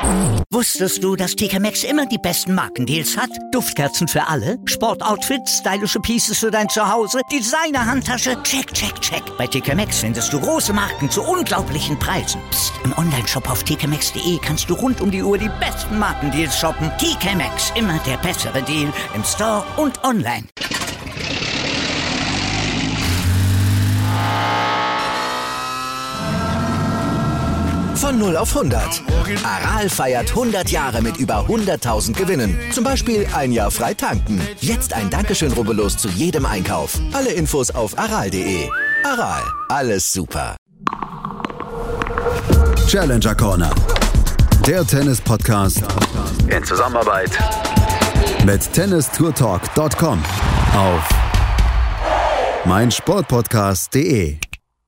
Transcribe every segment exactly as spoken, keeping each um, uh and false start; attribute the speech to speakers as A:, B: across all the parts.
A: Wusstest du, dass T K Maxx immer die besten Markendeals hat? Duftkerzen für alle, Sportoutfits, stylische Pieces für dein Zuhause, Designer-Handtasche, check, check, check. Bei T K Maxx findest du große Marken zu unglaublichen Preisen. Psst. Im Onlineshop auf t k maxx punkt d e kannst du rund um die Uhr die besten Markendeals shoppen. T K Maxx, immer der bessere Deal im Store und online.
B: Von null auf hundert. Aral feiert hundert Jahre mit über hunderttausend Gewinnen. Zum Beispiel ein Jahr frei tanken. Jetzt ein Dankeschön, rubbellos zu jedem Einkauf. Alle Infos auf aral punkt de. Aral, alles super.
C: Challenger Corner. Der Tennis-Podcast
B: In Zusammenarbeit
C: mit tennis tour talk punkt com auf meinsportpodcast punkt de.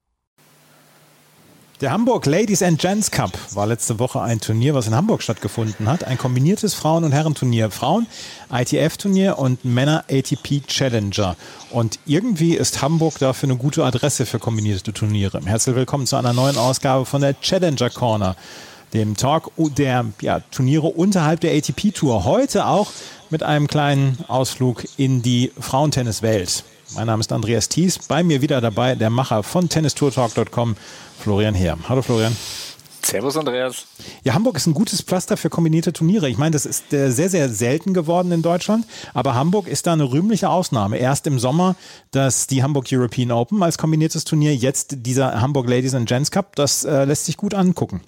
D: Der Hamburg Ladies and Gents Cup war letzte Woche ein Turnier, was in Hamburg stattgefunden hat. Ein kombiniertes Frauen- und Herrenturnier. Frauen I T F-Turnier und Männer A T P Challenger. Und irgendwie ist Hamburg dafür eine gute Adresse für kombinierte Turniere. Herzlich willkommen zu einer neuen Ausgabe von der Challenger Corner, dem Talk der ja, Turniere unterhalb der A T P-Tour. Heute auch mit einem kleinen Ausflug in die Frauentenniswelt. Mein Name ist Andreas Thies, bei mir wieder dabei der Macher von tennis tour talk punkt com, Florian Heer. Hallo Florian.
E: Servus Andreas.
D: Ja, Hamburg ist ein gutes Pflaster für kombinierte Turniere. Ich meine, das ist äh, sehr, sehr selten geworden in Deutschland, aber Hamburg ist da eine rühmliche Ausnahme. Erst im Sommer das die Hamburg European Open als kombiniertes Turnier, jetzt dieser Hamburg Ladies and Gents Cup, das äh, lässt sich gut angucken.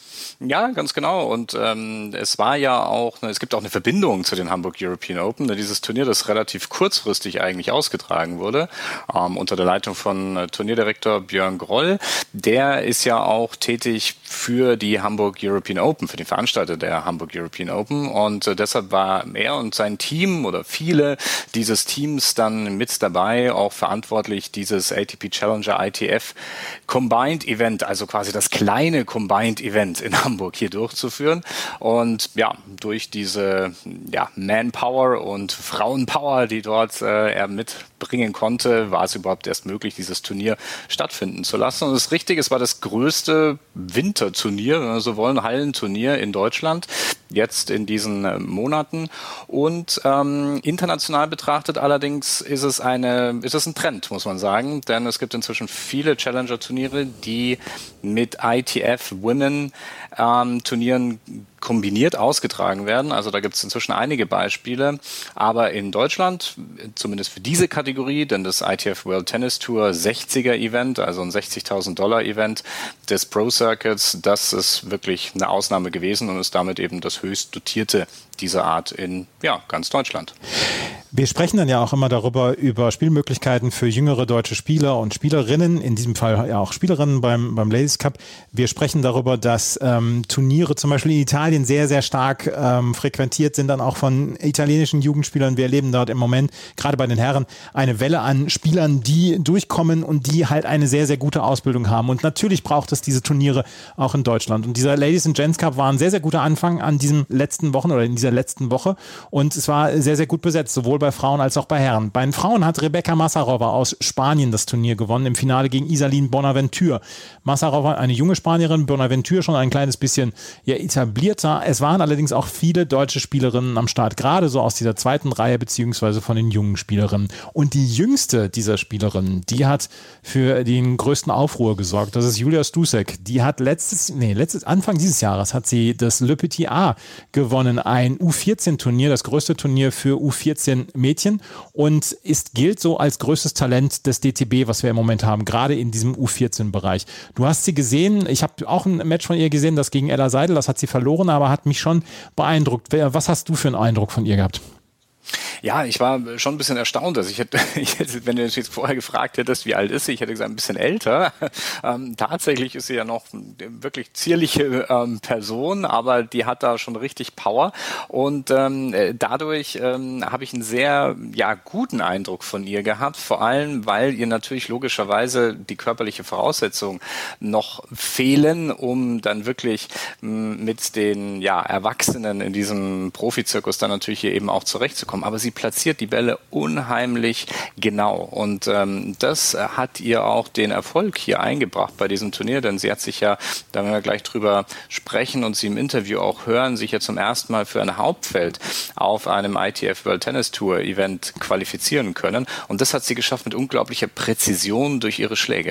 E: Ja, ganz genau. Und ähm, es war ja auch, es gibt auch eine Verbindung zu den Hamburg European Open. Dieses Turnier, das relativ kurzfristig eigentlich ausgetragen wurde, ähm, unter der Leitung von äh, Turnierdirektor Björn Groll. Der ist ja auch tätig für die Hamburg European Open, für den Veranstalter der Hamburg European Open. Und äh, deshalb war er und sein Team oder viele dieses Teams dann mit dabei, auch verantwortlich, dieses A T P Challenger I T F Combined Event, also quasi das kleine Combined Event in Hamburg hier durchzuführen. Und ja, durch diese ja, Manpower und Frauenpower, die dort äh, er mitbringen konnte, war es überhaupt erst möglich, dieses Turnier stattfinden zu lassen. Und das Richtige, es war das größte Winterturnier, wenn wir so wollen, Hallenturnier in Deutschland, jetzt in diesen äh, Monaten. Und ähm, international betrachtet allerdings ist es eine, ist es ein Trend, muss man sagen, denn es gibt inzwischen viele Challenger-Turniere, die mit I T F Women ähm, Turnieren kombiniert ausgetragen werden. Also da gibt es inzwischen einige Beispiele. Aber in Deutschland, zumindest für diese Kategorie, denn das I T F World Tennis Tour sechziger Event, also ein sechzigtausend Dollar Event des Pro Circuits, das ist wirklich eine Ausnahme gewesen und ist damit eben das höchst dotierte dieser Art in ja, ganz Deutschland.
D: Wir sprechen dann ja auch immer darüber, über Spielmöglichkeiten für jüngere deutsche Spieler und Spielerinnen, in diesem Fall ja auch Spielerinnen beim, beim Ladies Cup. Wir sprechen darüber, dass ähm, Turniere zum Beispiel in Italien sehr, sehr stark ähm, frequentiert sind, dann auch von italienischen Jugendspielern. Wir erleben dort im Moment, gerade bei den Herren, eine Welle an Spielern, die durchkommen und die halt eine sehr, sehr gute Ausbildung haben. Und natürlich braucht es diese Turniere auch in Deutschland. Und dieser Ladies and Gents Cup war ein sehr, sehr guter Anfang an diesen letzten Wochen oder in dieser letzten Woche. Und es war sehr, sehr gut besetzt, sowohl bei Frauen als auch bei Herren. Bei den Frauen hat Rebecca Massarova aus Spanien das Turnier gewonnen, im Finale gegen Isalin Bonaventure. Massarova, eine junge Spanierin, Bonaventure schon ein kleines bisschen ja, etablierter. Es waren allerdings auch viele deutsche Spielerinnen am Start, gerade so aus dieser zweiten Reihe beziehungsweise von den jungen Spielerinnen. Und die jüngste dieser Spielerinnen, die hat für den größten Aufruhr gesorgt. Das ist Julia Stusek. Die hat letztes, nee, letztes, Anfang dieses Jahres hat sie das Le Petit A gewonnen, ein U vierzehn Turnier, das größte Turnier für U vierzehn Mädchen und ist, gilt so als größtes Talent des D T B, was wir im Moment haben, gerade in diesem U vierzehn Bereich. Du hast sie gesehen, ich habe auch ein Match von ihr gesehen, das gegen Ella Seidel, das hat sie verloren, aber hat mich schon beeindruckt. Was hast du für einen Eindruck von ihr gehabt?
E: Ja, ich war schon ein bisschen erstaunt. Also ich hätte, ich hätte, wenn du mich jetzt vorher gefragt hättest, wie alt ist sie, ich hätte gesagt, ein bisschen älter. Ähm, tatsächlich ist sie ja noch eine wirklich zierliche ähm, Person, aber die hat da schon richtig Power. Und ähm, dadurch ähm, habe ich einen sehr ja, guten Eindruck von ihr gehabt, vor allem, weil ihr natürlich logischerweise die körperliche Voraussetzung noch fehlen, um dann wirklich m, mit den ja, Erwachsenen in diesem Profizirkus dann natürlich hier eben auch zurechtzukommen. Aber sie sie platziert die Bälle unheimlich genau. Und ähm, das hat ihr auch den Erfolg hier eingebracht bei diesem Turnier, denn sie hat sich ja, da werden wir gleich drüber sprechen und sie im Interview auch hören, sich ja zum ersten Mal für ein Hauptfeld auf einem I T F World Tennis Tour Event qualifizieren können. Und das hat sie geschafft mit unglaublicher Präzision durch ihre Schläge.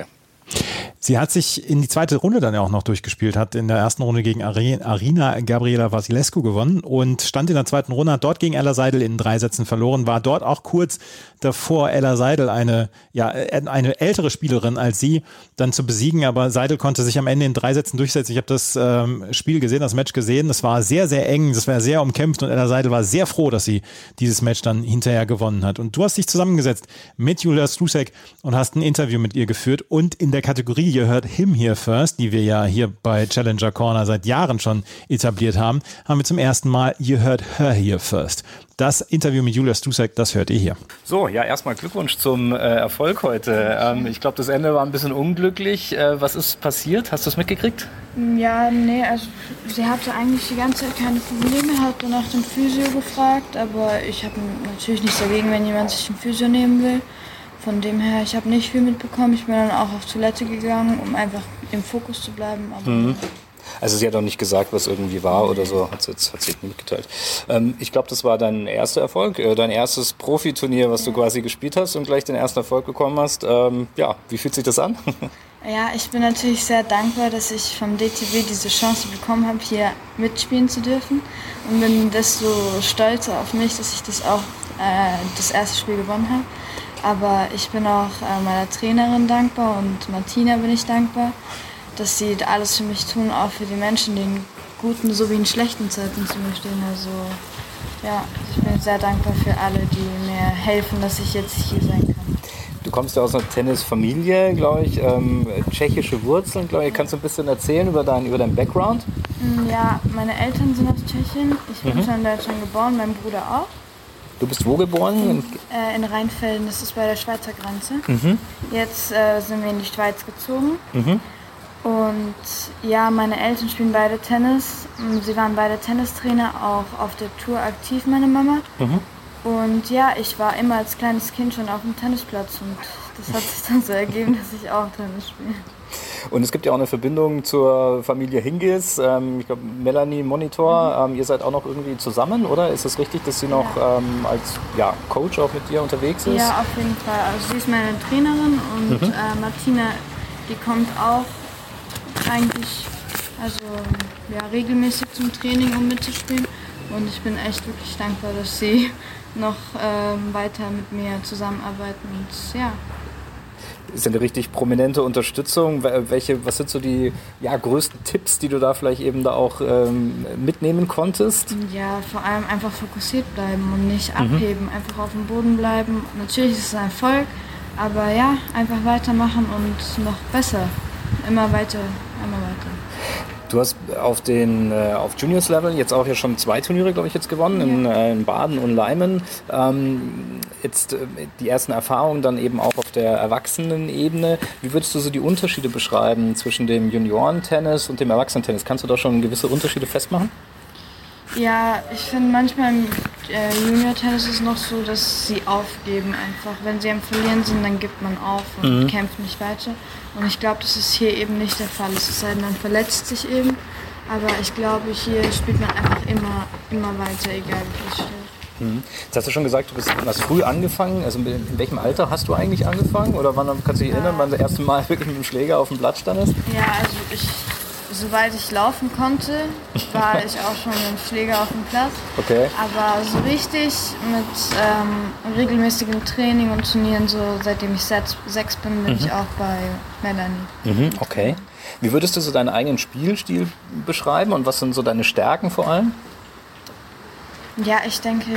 D: Sie hat sich in die zweite Runde dann ja auch noch durchgespielt, hat in der ersten Runde gegen Arina Gabriela Vasilescu gewonnen und stand in der zweiten Runde, hat dort gegen Ella Seidel in drei Sätzen verloren, war dort auch kurz davor, Ella Seidel, eine, ja, eine ältere Spielerin als sie, dann zu besiegen, aber Seidel konnte sich am Ende in drei Sätzen durchsetzen. Ich habe das ähm, Spiel gesehen, das Match gesehen, das war sehr, sehr eng, das war sehr umkämpft und Ella Seidel war sehr froh, dass sie dieses Match dann hinterher gewonnen hat. Und du hast dich zusammengesetzt mit Julia Strusek und hast ein Interview mit ihr geführt und in der Kategorie You Heard Him Here First, die wir ja hier bei Challenger Corner seit Jahren schon etabliert haben, haben wir zum ersten Mal You Heard Her Here First. Das Interview mit Julia Strusek, das hört ihr hier.
F: So, ja, erstmal Glückwunsch zum äh, Erfolg heute. Ähm, ich glaube, das Ende war ein bisschen unglücklich. Äh, was ist passiert? Hast du es mitgekriegt?
G: Ja, nee, also sie hatte eigentlich die ganze Zeit keine Probleme, hat dann nach dem Physio gefragt, aber ich habe natürlich nichts dagegen, wenn jemand sich ein Physio nehmen will. Von dem her, ich habe nicht viel mitbekommen. Ich bin dann auch auf Toilette gegangen, um einfach im Fokus zu bleiben. Aber
F: mhm. Also sie hat auch nicht gesagt, was irgendwie war oder so, hat sie jetzt hat sie nicht mitgeteilt. Ähm, ich glaube, das war dein erster Erfolg, äh, dein erstes Profiturnier, was ja. du quasi gespielt hast und gleich den ersten Erfolg bekommen hast. Ähm, ja, wie fühlt sich das an?
G: Ja, ich bin natürlich sehr dankbar, dass ich vom D T W diese Chance bekommen habe, hier mitspielen zu dürfen. Und bin desto stolzer auf mich, dass ich das auch äh, das erste Spiel gewonnen habe. Aber ich bin auch äh, meiner Trainerin dankbar und Martina bin ich dankbar, dass sie alles für mich tun, auch für die Menschen, die in guten sowie in schlechten Zeiten zu mir stehen. Also ja, ich bin sehr dankbar für alle, die mir helfen, dass ich jetzt hier sein kann.
F: Du kommst ja aus einer Tennisfamilie, glaube ich, ähm, tschechische Wurzeln, glaube ich. Kannst du ein bisschen erzählen über deinen über deinen Background?
G: Ja, meine Eltern sind aus Tschechien. Ich bin mhm. schon in Deutschland geboren, mein Bruder auch.
F: Du bist wo geboren?
G: In, äh, in Rheinfelden, das ist bei der Schweizer Grenze. Mhm. Jetzt äh, sind wir in die Schweiz gezogen. Mhm. Und ja, meine Eltern spielen beide Tennis. Sie waren beide Tennistrainer, auch auf der Tour aktiv, meine Mama. Mhm. Und ja, ich war immer als kleines Kind schon auf dem Tennisplatz und das hat sich dann so ergeben, dass ich auch Tennis spiele.
F: Und es gibt ja auch eine Verbindung zur Familie Hingis. Ähm, ich glaube, Melanie Monitor, mhm. ähm, ihr seid auch noch irgendwie zusammen, oder? Ist es richtig, dass sie noch ja. ähm, als ja, Coach auch mit dir unterwegs ist?
G: Ja, auf jeden Fall. Also sie ist meine Trainerin und mhm. äh, Martina, die kommt auch eigentlich also, ja, regelmäßig zum Training, um mitzuspielen. Und ich bin echt wirklich dankbar, dass sie noch ähm, weiter mit mir zusammenarbeiten. Und ja.
F: Ist ja eine richtig prominente Unterstützung. Welche, was sind so die ja, größten Tipps, die du da vielleicht eben da auch ähm, mitnehmen konntest?
G: Ja, vor allem einfach fokussiert bleiben und nicht mhm. abheben, einfach auf dem Boden bleiben. Natürlich ist es ein Erfolg, aber ja, einfach weitermachen und noch besser. Immer weiter, immer weiter.
F: Du hast auf den äh, auf Juniors-Level jetzt auch ja schon zwei Turniere, glaube ich, jetzt gewonnen, ja. in, äh, in Baden und Leimen. Ähm, jetzt äh, die ersten Erfahrungen dann eben auch auf der Erwachsenenebene. Wie würdest du so die Unterschiede beschreiben zwischen dem Juniorentennis und dem Erwachsenentennis? Kannst du da schon gewisse Unterschiede festmachen?
G: Ja, ich finde manchmal im äh, Junior-Tennis ist es noch so, dass sie aufgeben einfach. Wenn sie am Verlieren sind, dann gibt man auf und mhm. kämpft nicht weiter. Und ich glaube, das ist hier eben nicht der Fall. Es sei denn, man verletzt sich eben. Aber ich glaube, hier spielt man einfach immer, immer weiter, egal wie es steht.
F: Mhm. Jetzt hast du schon gesagt, du bist, hast früh angefangen. Also in welchem Alter hast du eigentlich angefangen? Oder wann kannst du dich erinnern, wann du das erste Mal wirklich mit dem Schläger auf dem Blatt standest?
G: Ja, also ich... Soweit ich laufen konnte, war ich auch schon mit dem Schläger auf dem Platz.
F: Okay.
G: Aber so richtig mit ähm, regelmäßigem Training und Turnieren, so seitdem ich sechs bin, bin mhm. ich auch bei Melanie.
F: Mhm, okay. Wie würdest du so deinen eigenen Spielstil beschreiben und was sind so deine Stärken vor allem?
G: Ja, ich denke,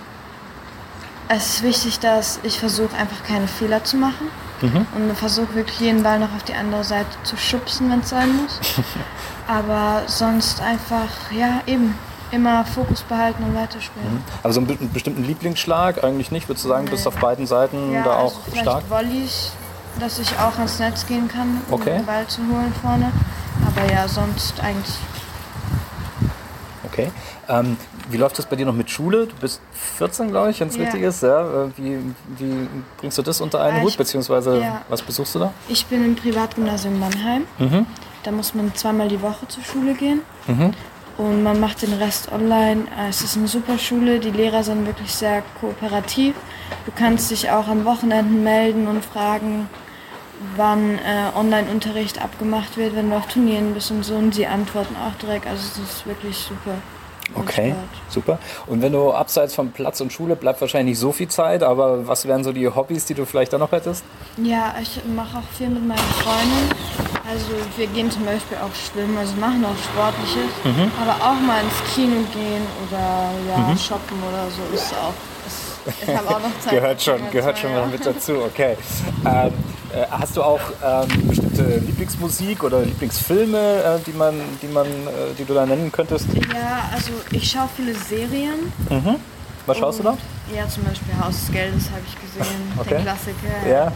G: es ist wichtig, dass ich versuche, einfach keine Fehler zu machen. Mhm. Und versuche wirklich jeden Ball noch auf die andere Seite zu schubsen, wenn es sein muss. Aber sonst einfach, ja, eben, immer Fokus behalten und weiterspielen. Mhm.
F: Aber so einen bestimmten Lieblingsschlag eigentlich nicht? Würdest du sagen, nee. bist auf beiden Seiten
G: ja,
F: da auch
G: also vielleicht
F: stark?
G: Volleys, dass ich auch ans Netz gehen kann, um
F: okay.
G: den Ball zu holen vorne. Aber ja, sonst eigentlich.
F: Okay. Ähm, wie läuft das bei dir noch mit Schule? Du bist vierzehn, glaube ich, wenn es
G: ja.
F: richtig ist. Ja? Wie, wie bringst du das unter einen
G: äh,
F: Hut? Beziehungsweise,
G: ja.
F: was besuchst du da?
G: Ich bin im Privatgymnasium Mannheim. Mhm. Da muss man zweimal die Woche zur Schule gehen. Mhm. Und man macht den Rest online. Es ist eine super Schule. Die Lehrer sind wirklich sehr kooperativ. Du kannst dich auch an Wochenenden melden und fragen, wann äh, Online-Unterricht abgemacht wird, wenn du auf Turnieren bist und so. Und sie antworten auch direkt. Also es ist wirklich super.
F: Okay, super. Und wenn du abseits vom Platz und Schule, bleibt wahrscheinlich nicht so viel Zeit, aber was wären so die Hobbys, die du vielleicht dann noch hättest?
G: Ja, ich mache auch viel mit meinen Freunden. Also wir gehen zum Beispiel auch schwimmen, also machen auch Sportliches, mhm. aber auch mal ins Kino gehen oder ja, mhm. shoppen oder so ist auch. Ist, ich habe auch noch Zeit.
F: gehört schon, gehört schon mal mit dazu, okay. Ähm, äh, hast du auch ähm, bestimmte Lieblingsmusik oder Lieblingsfilme, äh, die man, die man, äh, die du da nennen könntest?
G: Ja, also ich schaue viele Serien.
F: Mhm. Was schaust
G: und,
F: du da?
G: Ja, zum Beispiel Haus des Geldes habe ich gesehen,
F: okay.
G: den Klassiker.
F: Ja.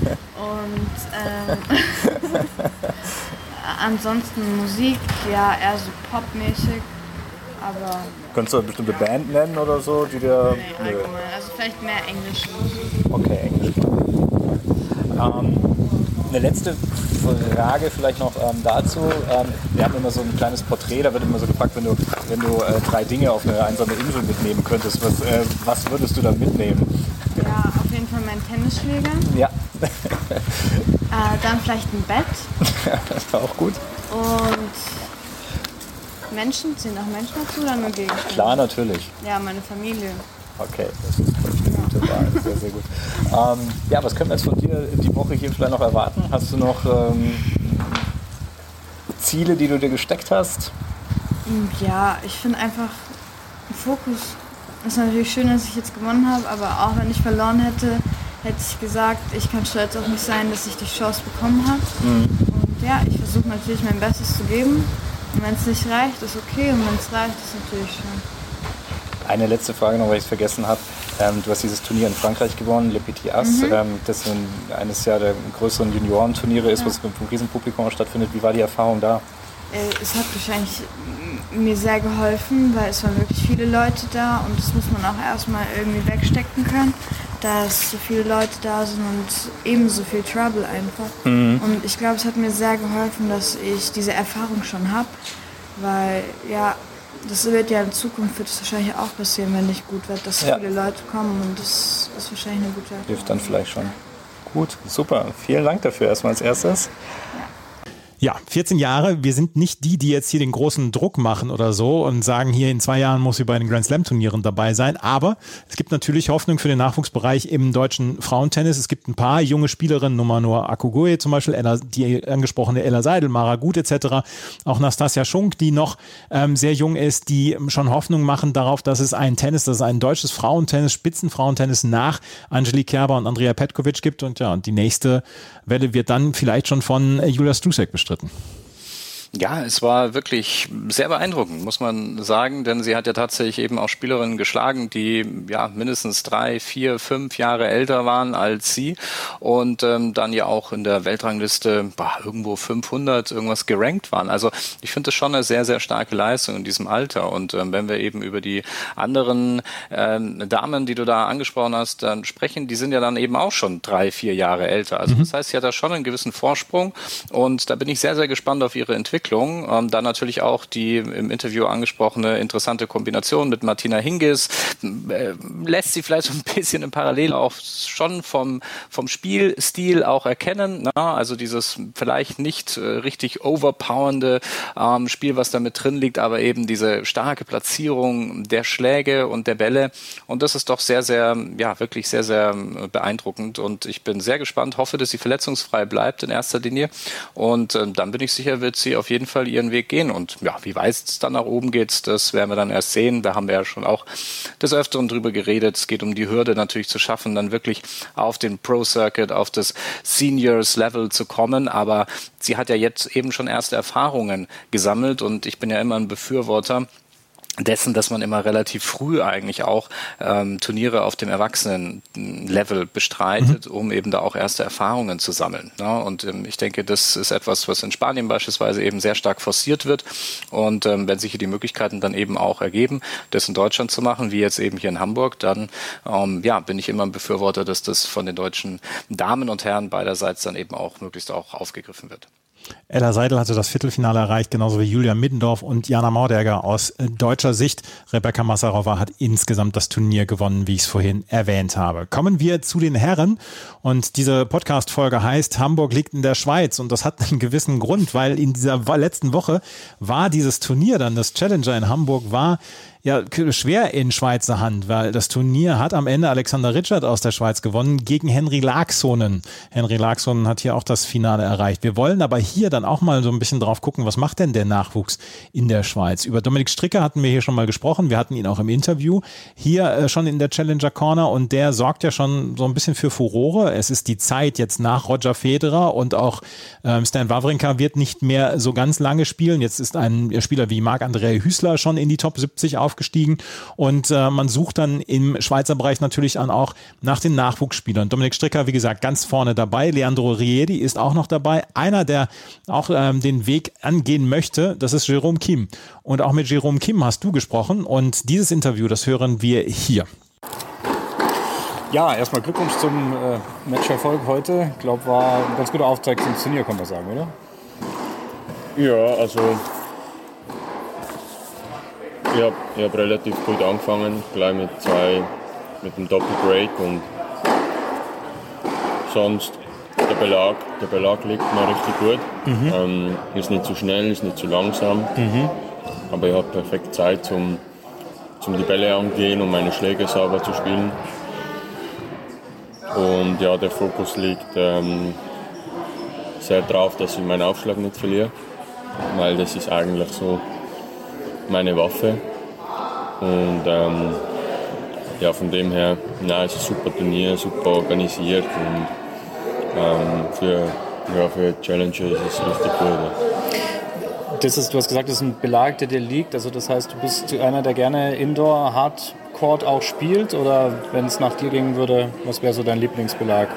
G: Und ähm, ansonsten Musik, ja, eher so popmäßig, aber...
F: Könntest du eine bestimmte ja. Band nennen oder so, die dir...
G: Nee, allgemein, also vielleicht mehr englische Musik.
F: Okay, Englisch. Ähm, eine letzte Frage vielleicht noch ähm, dazu. Ähm, wir haben immer so ein kleines Porträt, da wird immer so gefragt, wenn du, wenn du äh, drei Dinge auf eine einsame Insel mitnehmen könntest, was, äh, was würdest du dann mitnehmen?
G: Ja, auf jeden Fall mein Tennisschläger.
F: Ja.
G: äh, dann vielleicht ein Bett.
F: Das war auch gut.
G: Und Menschen, zählen auch Menschen dazu oder nur Gegenstände?
F: Klar, natürlich.
G: Ja, meine Familie.
F: Okay, das ist eine gute Wahl, sehr, sehr gut. Ähm, ja, was können wir jetzt von dir die Woche hier vielleicht noch erwarten? Hast du noch ähm, Ziele, die du dir gesteckt hast?
G: Ja, ich finde einfach, Fokus ist natürlich schön, dass ich jetzt gewonnen habe, aber auch wenn ich verloren hätte, hätte ich gesagt, ich kann stolz auf mich sein, dass ich die Chance bekommen habe. Mhm. Und ja, ich versuche natürlich mein Bestes zu geben. Und wenn es nicht reicht, ist okay. Und wenn es reicht, ist natürlich schön.
F: Eine letzte Frage noch, weil ich es vergessen habe. Ähm, du hast dieses Turnier in Frankreich gewonnen, Le Petit As. Mhm. Ähm, das ist ein, eines ja der größeren Juniorenturniere ist, ja. was mit einem Riesenpublikum stattfindet. Wie war die Erfahrung da?
G: Es hat wahrscheinlich mir sehr geholfen, weil es waren wirklich viele Leute da und das muss man auch erstmal irgendwie wegstecken können, dass so viele Leute da sind und ebenso viel Trouble einfach. Mhm. Und ich glaube, es hat mir sehr geholfen, dass ich diese Erfahrung schon habe, weil ja, das wird ja in Zukunft wird es wahrscheinlich auch passieren, wenn nicht gut wird, dass ja. viele Leute kommen und das ist wahrscheinlich eine gute Erfahrung.
F: Hilft dann vielleicht schon. Gut, super. Vielen Dank dafür erstmal als erstes.
G: Ja.
D: Ja, vierzehn Jahre. Wir sind nicht die, die jetzt hier den großen Druck machen oder so und sagen, hier in zwei Jahren muss sie bei den Grand Slam Turnieren dabei sein. Aber es gibt natürlich Hoffnung für den Nachwuchsbereich im deutschen Frauentennis. Es gibt ein paar junge Spielerinnen, Numanoa Akugoye zum Beispiel, Ella, die angesprochene Ella Seidel, Mara Gut et cetera. Auch Nastasia Schunk, die noch ähm, sehr jung ist, die schon Hoffnung machen darauf, dass es ein Tennis, dass es ein deutsches Frauentennis, Spitzenfrauentennis nach Angelique Kerber und Andrea Petkovic gibt. Und ja, und die nächste Welle wird dann vielleicht schon von Julia Strusek bestritten.
E: Ja, es war wirklich sehr beeindruckend, muss man sagen, denn sie hat ja tatsächlich eben auch Spielerinnen geschlagen, die ja mindestens drei, vier, fünf Jahre älter waren als sie und ähm, dann ja auch in der Weltrangliste boah, irgendwo fünfhundert irgendwas gerankt waren. Also ich finde das schon eine sehr, sehr starke Leistung in diesem Alter und ähm, wenn wir eben über die anderen ähm, Damen, die du da angesprochen hast, dann sprechen, die sind ja dann eben auch schon drei, vier Jahre älter. Also mhm. das heißt, sie hat da schon einen gewissen Vorsprung und da bin ich sehr, sehr gespannt auf ihre Entwicklung. Ähm, dann natürlich auch die im Interview angesprochene interessante Kombination mit Martina Hingis. Äh, lässt sie vielleicht so ein bisschen im Parallel auch schon vom, vom Spielstil auch erkennen. Na? Also dieses vielleicht nicht äh, richtig overpowernde ähm, Spiel, was da mit drin liegt, aber eben diese starke Platzierung der Schläge und der Bälle. Und das ist doch sehr, sehr, ja, wirklich sehr, sehr beeindruckend. Und ich bin sehr gespannt, hoffe, dass sie verletzungsfrei bleibt in erster Linie. Und äh, dann bin ich sicher, wird sie auf jeden Fall ihren Weg gehen. Und ja, wie weit es dann nach oben geht, das werden wir dann erst sehen. Da haben wir ja schon auch des Öfteren drüber geredet. Es geht um die Hürde natürlich zu schaffen, dann wirklich auf den Pro-Circuit, auf das Seniors-Level zu kommen. Aber sie hat ja jetzt eben schon erste Erfahrungen gesammelt und ich bin ja immer ein Befürworter, dessen, dass man immer relativ früh eigentlich auch ähm, Turniere auf dem Erwachsenen-Level bestreitet, mhm. um eben da auch erste Erfahrungen zu sammeln. Ja, und ähm, ich denke, das ist etwas, was in Spanien beispielsweise eben sehr stark forciert wird. Und ähm, wenn sich hier die Möglichkeiten dann eben auch ergeben, das in Deutschland zu machen, wie jetzt eben hier in Hamburg, dann ähm, ja, bin ich immer ein Befürworter, dass das von den deutschen Damen und Herren beiderseits dann eben auch möglichst auch aufgegriffen wird.
D: Ella Seidel hatte das Viertelfinale erreicht, genauso wie Julia Middendorf und Jana Mauderger. Aus deutscher Sicht, Rebecca Massarowa hat insgesamt das Turnier gewonnen, wie ich es vorhin erwähnt habe. Kommen wir zu den Herren und diese Podcast-Folge heißt Hamburg liegt in der Schweiz und das hat einen gewissen Grund, weil in dieser letzten Woche war dieses Turnier dann, das Challenger in Hamburg war ja schwer in Schweizer Hand, weil das Turnier hat am Ende Alexander Ritschard aus der Schweiz gewonnen gegen Henry Laaksonen. Henry Laaksonen hat hier auch das Finale erreicht. Wir wollen aber hier dann auch mal so ein bisschen drauf gucken, was macht denn der Nachwuchs in der Schweiz? Über Dominik Stricker hatten wir hier schon mal gesprochen. Wir hatten ihn auch im Interview hier äh, schon in der Challenger Corner und der sorgt ja schon so ein bisschen für Furore. Es ist die Zeit jetzt nach Roger Federer und auch ähm, Stan Wawrinka wird nicht mehr so ganz lange spielen. Jetzt ist ein Spieler wie Marc-André Hüßler schon in die Top siebzig aufgestiegen und äh, man sucht dann im Schweizer Bereich natürlich an auch nach den Nachwuchsspielern. Dominik Stricker, wie gesagt, ganz vorne dabei. Leandro Riedi ist auch noch dabei. Einer, der auch ähm, den Weg angehen möchte, das ist Jerome Kim. Und auch mit Jerome Kim hast du gesprochen und dieses Interview, das hören wir hier.
F: Ja, erstmal Glückwunsch zum äh, Matcherfolg heute. Ich glaube, war ein ganz guter Auftakt zum Turnier, kann man sagen, oder?
H: Ja, also ich habe hab relativ gut angefangen, gleich mit zwei, mit dem Doppelbreak und sonst der Belag, der Belag liegt mir richtig gut. Mhm. Ähm, ist nicht zu schnell, ist nicht zu langsam, mhm. aber ich habe perfekt Zeit zum, zum die Bälle angehen und meine Schläge sauber zu spielen. Und ja, der Fokus liegt ähm, sehr darauf, dass ich meinen Aufschlag nicht verliere, weil das ist eigentlich so meine Waffe. Und ähm, ja, von dem her, na, es ist ein super Turnier, super organisiert und ähm, für, ja, für Challenger ist es richtig gut.
F: Das ist, du hast gesagt, das ist ein Belag, der dir liegt. Also das heißt, du bist einer, der gerne Indoor Hardcourt auch spielt, oder wenn es nach dir gehen würde, was wäre so dein Lieblingsbelag?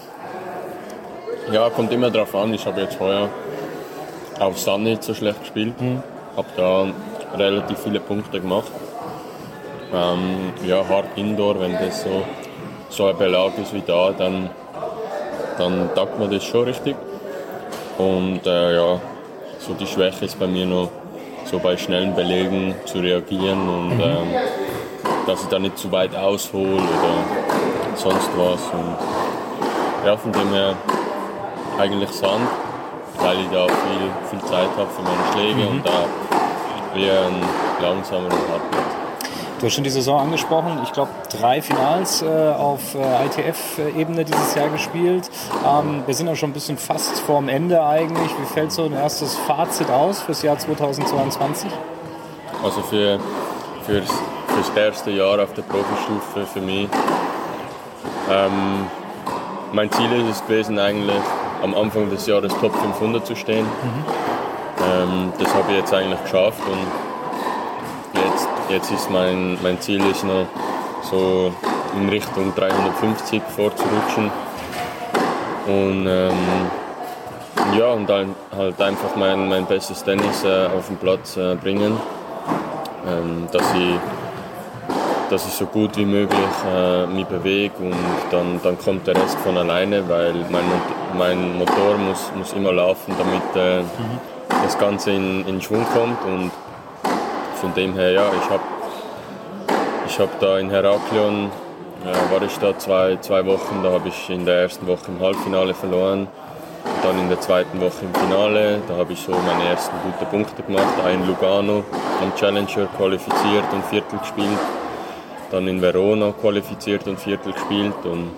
H: Ja, kommt immer drauf an. Ich habe jetzt heuer auf Sand nicht so schlecht gespielt. Mhm. Habe da relativ viele Punkte gemacht. Ähm, ja, Hard Indoor, wenn das so, so ein Belag ist wie da, dann, dann taugt mir das schon richtig. Und äh, ja, so die Schwäche ist bei mir noch, so bei schnellen Belägen zu reagieren und mhm. ähm, dass ich da nicht zu weit aushole oder sonst was. Und ja, von dem her eigentlich Sand, weil ich da viel, viel Zeit habe für meine Schläge mhm. und da eher einen langsameren Hardcourt.
F: Du hast schon die Saison angesprochen. Ich glaube, drei Finals äh, auf äh, I T F-Ebene dieses Jahr gespielt. Ähm, wir sind ja schon ein bisschen fast vorm Ende eigentlich. Wie fällt so ein erstes Fazit aus fürs Jahr zweitausendzweiundzwanzig?
H: Also für, für, fürs erste Jahr auf der Profistufe für mich. Ähm, mein Ziel ist es gewesen, eigentlich am Anfang des Jahres Top fünfhundert zu stehen. Mhm. Ähm, das habe ich jetzt eigentlich geschafft. Und Jetzt, jetzt ist mein, mein Ziel ist noch so in Richtung dreihundertfünfzig vorzurutschen und ähm, ja und dann halt einfach mein, mein bestes Tennis äh, auf den Platz äh, bringen, ähm, dass ich dass ich so gut wie möglich äh, mich bewege und dann, dann kommt der Rest von alleine, weil mein, mein Motor muss, muss immer laufen, damit äh, mhm. das Ganze in, in Schwung kommt. Und von dem her, ja, ich habe ich hab da in Heraklion, äh, war ich da zwei, zwei Wochen, da habe ich in der ersten Woche im Halbfinale verloren, und dann in der zweiten Woche im Finale, da habe ich so meine ersten guten Punkte gemacht, ein Lugano am Challenger qualifiziert und Viertel gespielt, dann in Verona qualifiziert und Viertel gespielt und,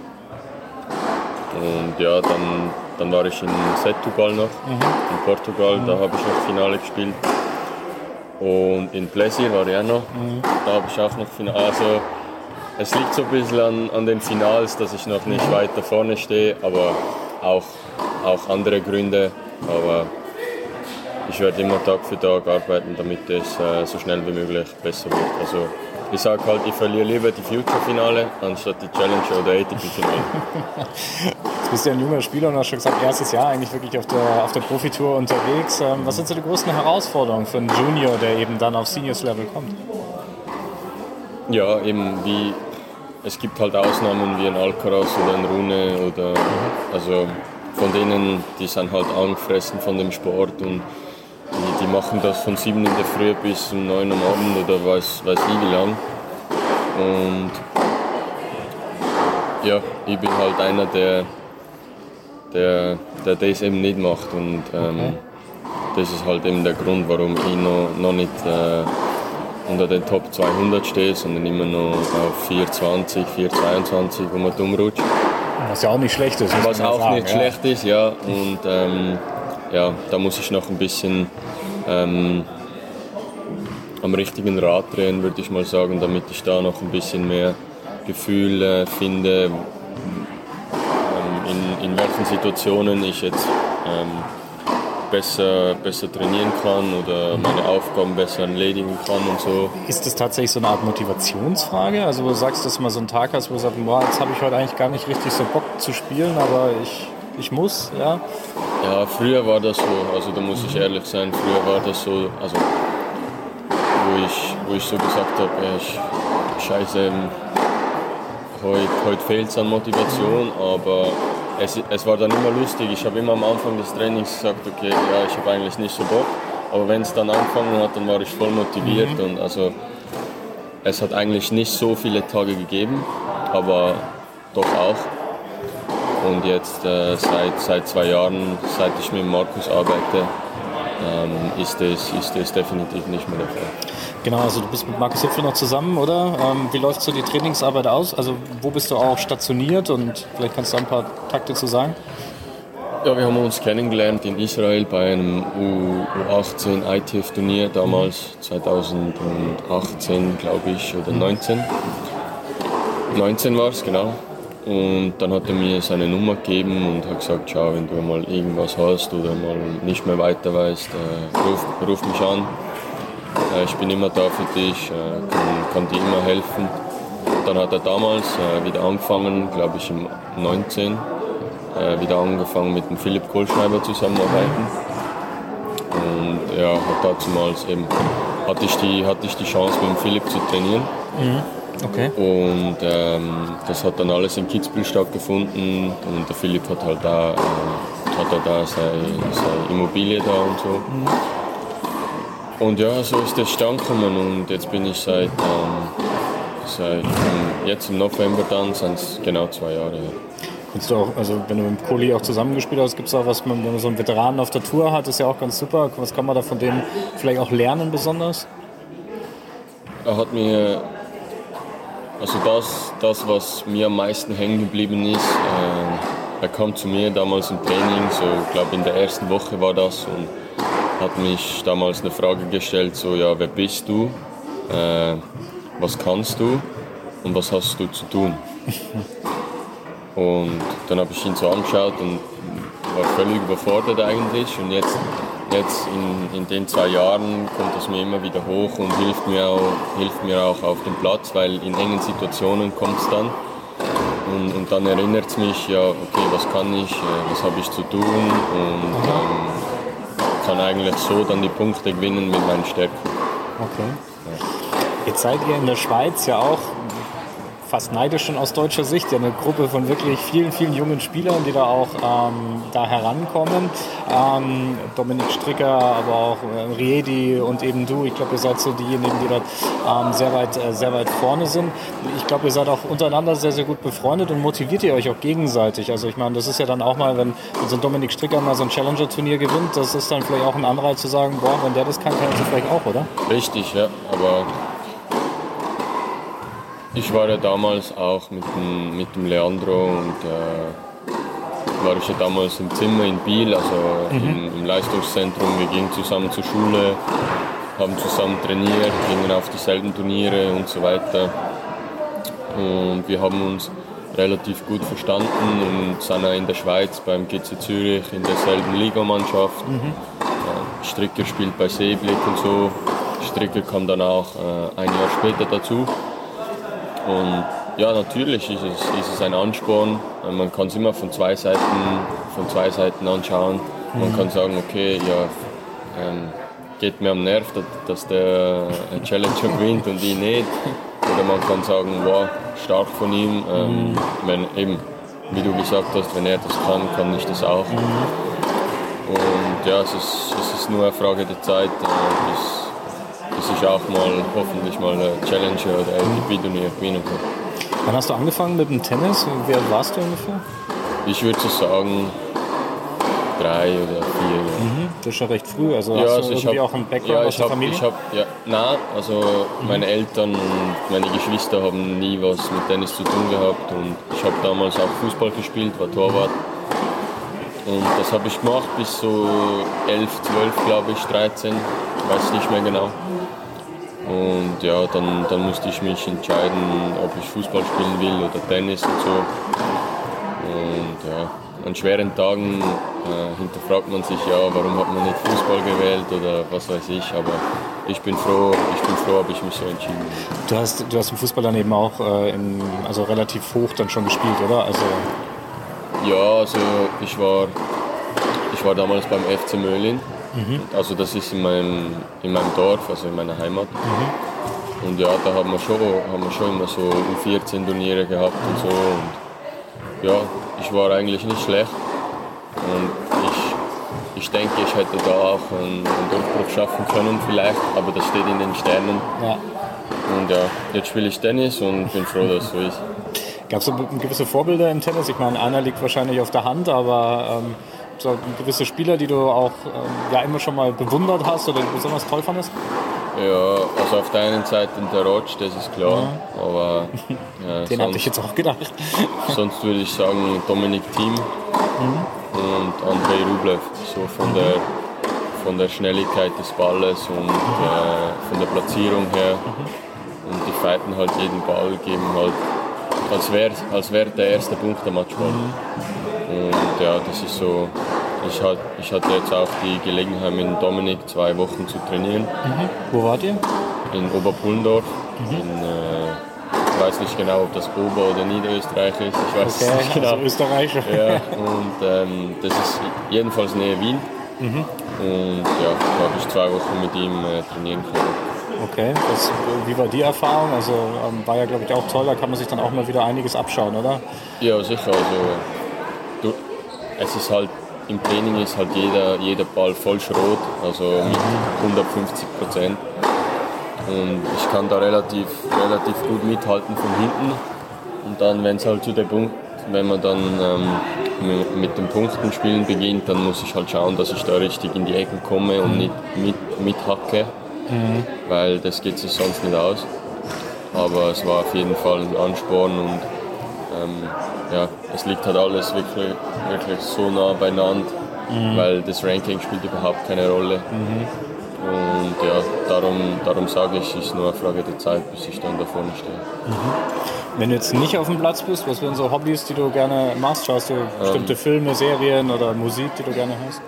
H: und ja, dann, dann war ich in Setúbal noch, mhm. in Portugal, mhm. da habe ich noch Finale gespielt. Und in Plaisir war ich auch noch, mhm. da habe ich auch noch Finale. Also es liegt so ein bisschen an, an den Finals, dass ich noch nicht mhm. weiter vorne stehe, aber auch, auch andere Gründe. Aber ich ich werde immer Tag für Tag arbeiten, damit es äh, so schnell wie möglich besser wird. Also ich sage halt, ich verliere lieber die Future-Finale anstatt die Challenger oder A T P-Finale.
F: Jetzt bist du ja ein junger Spieler und hast schon gesagt, erstes Jahr eigentlich wirklich auf der, auf der Profitour unterwegs. Ähm, was sind so die größten Herausforderungen für einen Junior, der eben dann auf Seniors-Level kommt?
H: Ja, eben wie, es gibt halt Ausnahmen wie ein Alcaraz oder ein Rune oder, also von denen, die sind halt angefressen von dem Sport und die, die machen das von sieben in der Früh bis um neun am Abend oder weiß, weiß ich wie lang. Und ja, ich bin halt einer, der, der, der das eben nicht macht und ähm, okay. Das ist halt eben der Grund, warum ich noch, noch nicht äh, unter den Top zweihundert stehe, sondern immer noch auf vier zwanzig, vier zweiundzwanzig, wo man dumm rutscht.
F: Was ja auch nicht schlecht ist.
H: Was auch
F: sagen,
H: nicht
F: ja.
H: schlecht ist, ja. Und ähm, ja, da muss ich noch ein bisschen ähm, am richtigen Rad drehen, würde ich mal sagen, damit ich da noch ein bisschen mehr Gefühl äh, finde, ähm, in, in welchen Situationen ich jetzt ähm, besser, besser trainieren kann oder meine Aufgaben besser erledigen kann und so.
F: Ist das tatsächlich so eine Art Motivationsfrage? Also wo du sagst, dass du mal so einen Tag hast, wo du sagst, boah, jetzt habe ich heute eigentlich gar nicht richtig so Bock zu spielen, aber ich, ich muss, ja?
H: Ja, früher war das so, also da muss ich ehrlich sein, früher war das so, also wo ich, wo ich so gesagt habe, ja, ich, scheiße, heute, heute fehlt es an Motivation, aber Es, es war dann immer lustig. Ich habe immer am Anfang des Trainings gesagt, okay, ja, ich habe eigentlich nicht so Bock. Aber wenn es dann angefangen hat, dann war ich voll motiviert. Mhm. Und also, es hat eigentlich nicht so viele Tage gegeben, aber doch auch. Und jetzt äh, seit, seit zwei Jahren, seit ich mit Markus arbeite, ähm, ist es ist das definitiv nicht mehr der Fall.
F: Genau, also du bist mit Markus Hüpfl noch zusammen, oder? Ähm, wie läuft so die Trainingsarbeit aus? Also wo bist du auch stationiert und vielleicht kannst du ein paar Takte zu sagen?
H: Ja, wir haben uns kennengelernt in Israel bei einem U achtzehn I T F-Turnier damals, zweitausendachtzehn glaube ich, oder neunzehn. neunzehn war es, genau. Und dann hat er mir seine Nummer gegeben und hat gesagt, schau, wenn du mal irgendwas hast oder mal nicht mehr weiter weißt, äh, ruf, ruf mich an. Äh, ich bin immer da für dich, äh, kann, kann dir immer helfen. Und dann hat er damals äh, wieder angefangen, glaube ich im neunzehn, äh, wieder angefangen mit dem Philipp Kohlschreiber zusammenarbeiten. Und ja, hat damals eben, hatte ich die, hatte ich die Chance mit dem Philipp zu trainieren.
F: Mhm. Okay.
H: Und ähm, das hat dann alles in Kitzbühel stattgefunden und der Philipp hat halt da, äh, hat halt da seine, seine Immobilie da und so. Mhm. Und ja, so ist das stand gekommen und jetzt bin ich seit, ähm, seit ähm, jetzt im November dann, sind es genau zwei Jahre. Ja.
F: Kannst du auch, also wenn du mit Kohli auch zusammengespielt hast, gibt es auch was, wenn man so einen Veteranen auf der Tour hat, ist ja auch ganz super. Was kann man da von dem vielleicht auch lernen besonders?
H: Er hat mir, also das, das was mir am meisten hängen geblieben ist, äh, er kam zu mir damals im Training, so ich glaube in der ersten Woche war das und hat mich damals eine Frage gestellt, so ja, wer bist du, äh, was kannst du und was hast du zu tun? Und dann habe ich ihn so angeschaut und war völlig überfordert eigentlich und jetzt, jetzt in, in den zwei Jahren kommt das mir immer wieder hoch und hilft mir auch, hilft mir auch auf dem Platz, weil in engen Situationen kommt es dann und, und dann erinnert es mich, ja okay, was kann ich, was habe ich zu tun und ähm, kann eigentlich so dann die Punkte gewinnen mit meinen Stärken.
F: Okay. Ja. Jetzt seid ihr in der Schweiz ja auch fast neidisch schon aus deutscher Sicht, ja eine Gruppe von wirklich vielen, vielen jungen Spielern, die da auch ähm, da herankommen. Ähm, Dominik Stricker, aber auch äh, Riedi und eben du. Ich glaube, ihr seid so diejenigen, die dort ähm, sehr weit, äh, sehr weit vorne sind. Ich glaube, ihr seid auch untereinander sehr, sehr gut befreundet und motiviert ihr euch auch gegenseitig. Also ich meine, das ist ja dann auch mal, wenn, wenn so ein Dominik Stricker mal so ein Challenger-Turnier gewinnt, das ist dann vielleicht auch ein Anreiz zu sagen, boah, wenn der das kann, kann ich das vielleicht auch, oder?
H: Richtig, ja, aber ich war ja damals auch mit dem, mit dem Leandro und äh, war ich ja damals im Zimmer in Biel, also mhm. im, im Leistungszentrum. Wir gingen zusammen zur Schule, haben zusammen trainiert, gingen auf dieselben Turniere und so weiter. Und wir haben uns relativ gut verstanden und sind auch in der Schweiz beim G C Zürich in derselben Ligamannschaft. Mhm. Ja. Stricker spielt bei Seeblick und so. Stricker kam dann auch äh, ein Jahr später dazu. Und ja, natürlich ist es, ist es ein Ansporn. Man kann es immer von zwei Seiten, von zwei Seiten anschauen. Man kann sagen, okay, ja, ähm, geht mir am Nerv, dass, dass der Challenger gewinnt und ich nicht. Oder man kann sagen, wow, stark von ihm. Ähm, wenn, eben, wie du gesagt hast, wenn er das kann, kann ich das auch. Und ja, es ist, es ist nur eine Frage der Zeit, äh, bis, bis ich auch mal hoffentlich mal eine Challenger oder L T P-Turnier gewinnen kann.
F: Wann hast du angefangen mit dem Tennis? Wie alt warst du ungefähr?
H: Ich würde so sagen, drei oder vier. Ja.
F: Mhm, das ist schon recht früh. Also
H: ja,
F: hast du
H: also
F: irgendwie
H: hab,
F: auch einen Background
H: ja,
F: aus der
H: hab,
F: Familie?
H: Ich hab, ja, nein, also mhm. meine Eltern und meine Geschwister haben nie was mit Tennis zu tun gehabt. Und ich habe damals auch Fußball gespielt, war Torwart. Und das habe ich gemacht bis so elf, zwölf, glaube ich, dreizehn, weiß nicht mehr genau. Und ja, dann, dann musste ich mich entscheiden, ob ich Fußball spielen will oder Tennis und so. Und ja, an schweren Tagen äh, hinterfragt man sich, ja, warum hat man nicht Fußball gewählt oder was weiß ich. Aber ich bin froh, ich bin froh, habe ich mich so entschieden.
F: Du hast, du hast im Fußball dann eben auch äh, in, also relativ hoch dann schon gespielt, oder? Also
H: ja, also ich war, ich war damals beim F C Möhlin. Mhm. Also das ist in meinem, in meinem Dorf, also in meiner Heimat. Mhm. Und ja, da haben wir schon, haben wir schon immer so U vierzehn Turniere gehabt und so. Und ja, ich war eigentlich nicht schlecht. Und ich, ich denke, ich hätte da auch einen, einen Durchbruch schaffen können vielleicht, aber das steht in den Sternen. Ja. Und ja, jetzt spiele ich Tennis und bin froh, dass es so ist.
F: Gab es so gewisse Vorbilder im Tennis? Ich meine, einer liegt wahrscheinlich auf der Hand, aber ähm, so gewisse Spieler, die du auch ähm, ja, immer schon mal bewundert hast oder besonders toll fandest?
H: Ja, also auf der einen Seite der Rotsch, das ist klar, ja. aber ja,
F: den habe ich jetzt auch gedacht.
H: Sonst würde ich sagen Dominik Thiem mhm. und Andrei Rublev, so von der, von der Schnelligkeit des Balles und mhm. äh, von der Platzierung her. Mhm. Und die fighten halt jeden Ball, geben halt, als wäre als wär der erste Punkt der Matchball. Mhm. Und ja, das ist so. Ich, hat, ich hatte jetzt auch die Gelegenheit, mit Dominik zwei Wochen zu trainieren.
F: Mhm. Wo wart ihr?
H: In Oberpullendorf. Mhm. In, äh, ich weiß nicht genau, ob das Ober- oder Niederösterreich ist. Ich weiß
F: okay,
H: es nicht genau.
F: Also Österreich.
H: Ja, und ähm, das ist jedenfalls Nähe Wien. Mhm. Und ja, da habe ich zwei Wochen mit ihm äh, trainieren können.
F: Okay, das, wie war die Erfahrung? Also ähm, war ja, glaube ich, auch toll. Da kann man sich dann auch mal wieder einiges abschauen, oder?
H: Ja, sicher. Also, du, es ist halt im Training ist halt jeder, jeder Ball voll Schrot, also mit hundertfünfzig Prozent. Und ich kann da relativ, relativ gut mithalten von hinten. Und dann, wenn es halt zu der Punkt, wenn man dann ähm, mit den Punkten spielen beginnt, dann muss ich halt schauen, dass ich da richtig in die Ecken komme und nicht mit, mithacke, mhm. weil das geht sich sonst nicht aus. Aber es war auf jeden Fall ein Ansporn und ähm, ja, es liegt halt alles wirklich, wirklich so nah beieinander, mhm. weil das Ranking spielt überhaupt keine Rolle. Mhm. Und ja, darum, darum sage ich, es ist nur eine Frage der Zeit, bis ich dann da vorne stehe. Mhm.
F: Wenn du jetzt nicht auf dem Platz bist, was wären so Hobbys, die du gerne machst? Schaust du bestimmte ähm, Filme, Serien oder Musik, die du gerne hörst?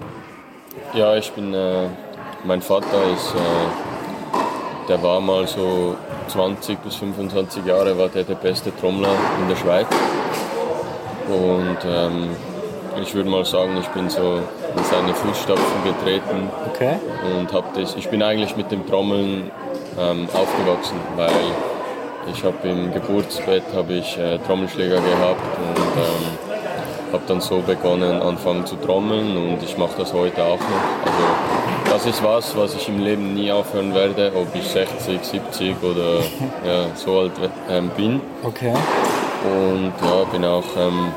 H: Ja, ich bin, äh, mein Vater ist, äh, der war mal so zwanzig bis fünfundzwanzig Jahre, war der der beste Trommler in der Schweiz. Und ähm, ich würde mal sagen, ich bin so in seine Fußstapfen getreten.
F: Okay.
H: Und hab das, ich bin eigentlich mit dem Trommeln ähm, aufgewachsen, weil ich habe im Geburtsbett habe ich äh, Trommelschläger gehabt und ähm, habe dann so begonnen, anfangen zu trommeln und ich mache das heute auch noch. Also das ist was, was ich im Leben nie aufhören werde, ob ich sechzig, siebzig oder ja, so alt ähm, bin.
F: Okay.
H: Und ja, bin auch, ähm,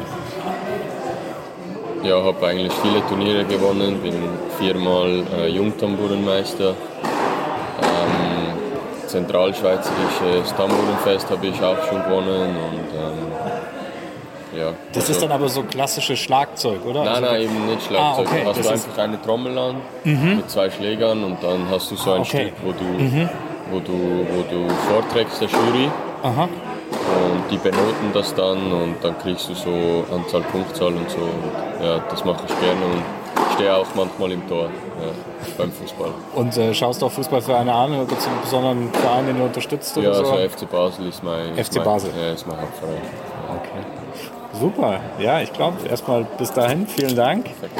H: ja, habe eigentlich viele Turniere gewonnen, bin viermal äh, Jungtamburenmeister. Ähm, Zentralschweizerisches Tamburenfest habe ich auch schon gewonnen und ähm, ja.
F: Das also, ist dann aber so klassisches Schlagzeug, oder?
H: Nein,
F: also,
H: nein, eben nicht Schlagzeug.
F: Ah, okay.
H: Hast
F: das
H: du
F: ist
H: einfach eine Trommel an
F: mhm.
H: mit zwei Schlägern und dann hast du so ein
F: okay.
H: Stück, wo du,
F: mhm.
H: wo du, wo du vorträgst der Jury.
F: Aha.
H: Und die benoten das dann und dann kriegst du so Anzahl, Punktzahl und so. Und ja, das mache ich gerne und ich stehe auch manchmal im Tor, ja, beim Fußball.
F: Und äh, schaust du auch Fußballvereine an oder gibt es einen besonderen Verein, den du unterstützt? Oder
H: ja,
F: so?
H: also F C Basel ist mein,
F: F C Basel.
H: Mein, ja, ist mein Hauptverein.
F: Okay. Super, ja, ich glaube, erstmal bis dahin, vielen Dank.
H: Perfekt.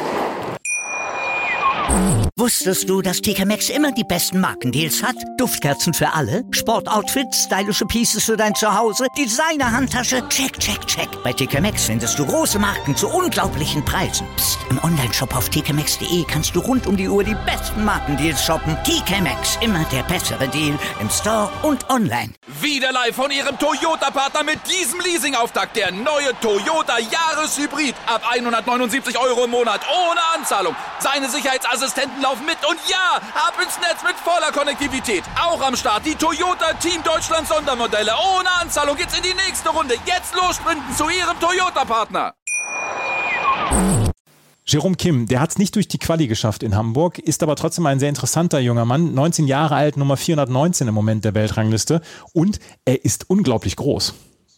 A: Wusstest du, dass T K Maxx immer die besten Markendeals hat? Duftkerzen für alle, Sportoutfits, stylische Pieces für dein Zuhause, Designer-Handtasche, check, check, check. Bei T K Maxx findest du große Marken zu unglaublichen Preisen. Psst. im Onlineshop auf t k maxx punkt d e kannst du rund um die Uhr die besten Markendeals shoppen. T K Maxx, immer der bessere Deal im Store und online.
I: Wieder live von Ihrem Toyota-Partner mit diesem Leasing-Auftakt. Der neue Toyota Jahreshybrid. Ab hundertneunundsiebzig Euro im Monat ohne Anzahlung. Seine Sicherheitsassistenten laufen mit und ja, ab ins Netz mit voller Konnektivität. Auch am Start die Toyota Team Deutschland Sondermodelle. Ohne Anzahlung geht's in die nächste Runde. Jetzt los sprinten zu Ihrem Toyota-Partner.
D: Jerome Kim, der hat es nicht durch die Quali geschafft in Hamburg, ist aber trotzdem ein sehr interessanter junger Mann, neunzehn Jahre alt, Nummer vierhundertneunzehn im Moment der Weltrangliste und er ist unglaublich groß.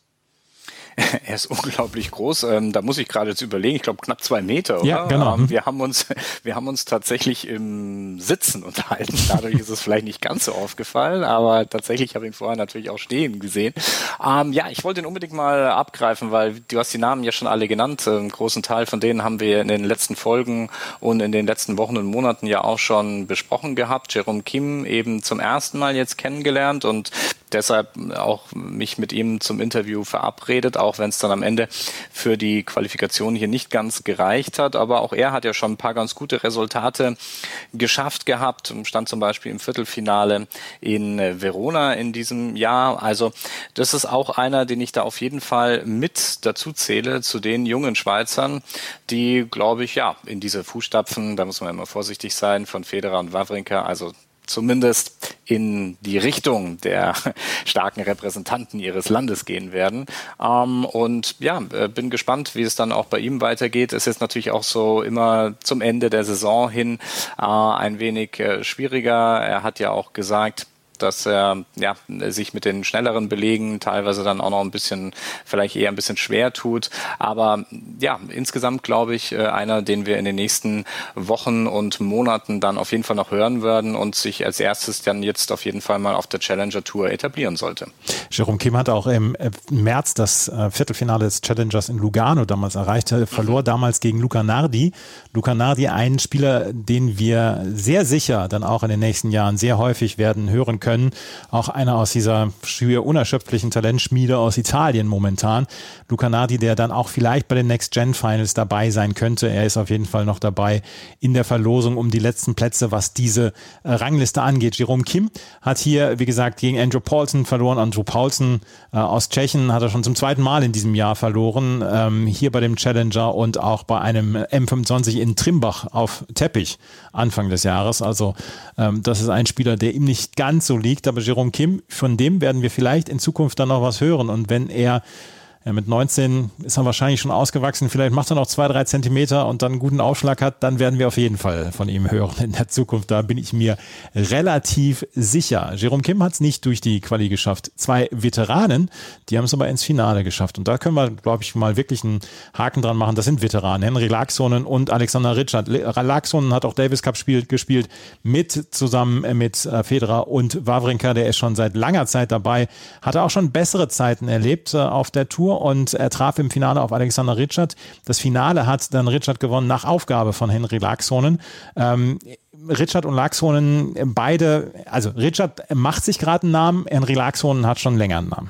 E: Er ist unglaublich groß. Ähm, da muss ich gerade jetzt überlegen. Ich glaube knapp zwei Meter. Oder?
D: Ja, genau.
E: Ähm, wir haben uns, wir haben uns tatsächlich im Sitzen unterhalten. Dadurch ist es vielleicht nicht ganz so aufgefallen, aber tatsächlich habe ich ihn vorher natürlich auch stehen gesehen. Ähm, ja, ich wollte ihn unbedingt mal abgreifen, weil du hast die Namen ja schon alle genannt. Einen großen Teil von denen haben wir in den letzten Folgen und in den letzten Wochen und Monaten ja auch schon besprochen gehabt. Jerome Kim eben zum ersten Mal jetzt kennengelernt und deshalb auch mich mit ihm zum Interview verabredet, auch wenn es dann am Ende für die Qualifikation hier nicht ganz gereicht hat. Aber auch er hat ja schon ein paar ganz gute Resultate geschafft gehabt, stand zum Beispiel im Viertelfinale in Verona in diesem Jahr. Also das ist auch einer, den ich da auf jeden Fall mit dazu zähle, zu den jungen Schweizern, die, glaube ich, ja, in diese Fußstapfen, da muss man immer vorsichtig sein, von Federer und Wawrinka, also zumindest in die Richtung der starken Repräsentanten ihres Landes gehen werden. Ähm, und ja, bin gespannt, wie es dann auch bei ihm weitergeht. Es ist natürlich auch so immer zum Ende der Saison hin äh, ein wenig äh, schwieriger. Er hat ja auch gesagt, dass er ja, sich mit den schnelleren Belegen teilweise dann auch noch ein bisschen, vielleicht eher ein bisschen schwer tut. Aber ja, insgesamt glaube ich, einer, den wir in den nächsten Wochen und Monaten dann auf jeden Fall noch hören werden und sich als erstes dann jetzt auf jeden Fall mal auf der Challenger Tour etablieren sollte.
D: Jerome Kim hat auch im März das Viertelfinale des Challengers in Lugano damals erreicht, verlor mhm. damals gegen Luca Nardi. Luca Nardi, ein Spieler, den wir sehr sicher dann auch in den nächsten Jahren sehr häufig werden hören können. Auch einer aus dieser schier unerschöpflichen Talentschmiede aus Italien momentan. Luca Nardi, der dann auch vielleicht bei den Next-Gen-Finals dabei sein könnte. Er ist auf jeden Fall noch dabei in der Verlosung um die letzten Plätze, was diese äh, Rangliste angeht. Jerome Kim hat hier, wie gesagt, gegen Andrew Paulson verloren. Andrew Paulson äh, aus Tschechien hat er schon zum zweiten Mal in diesem Jahr verloren. Ähm, hier bei dem Challenger und auch bei einem M fünfundzwanzig in Trimbach auf Teppich Anfang des Jahres. Also ähm, das ist ein Spieler, der ihm nicht ganz so liegt, aber Jerome Kim, von dem werden wir vielleicht in Zukunft dann noch was hören und wenn er Ja, mit neunzehn ist er wahrscheinlich schon ausgewachsen. Vielleicht macht er noch zwei, drei Zentimeter und dann einen guten Aufschlag hat. Dann werden wir auf jeden Fall von ihm hören in der Zukunft. Da bin ich mir relativ sicher. Jerome Kim hat es nicht durch die Quali geschafft. Zwei Veteranen, die haben es aber ins Finale geschafft. Und da können wir, glaube ich, mal wirklich einen Haken dran machen. Das sind Veteranen. Henri Laaksonen und Alexander Ritschard. Laaksonen hat auch Davis Cup spielt, gespielt mit zusammen mit Federer und Wawrinka. Der ist schon seit langer Zeit dabei. Hatte auch schon bessere Zeiten erlebt auf der Tour. Und er traf im Finale auf Alexander Ritschard. Das Finale hat dann Ritschard gewonnen nach Aufgabe von Henri Laaksonen. Ähm, Ritschard und Laaksonen beide, also Ritschard macht sich gerade einen Namen, Henri Laaksonen hat schon länger einen Namen.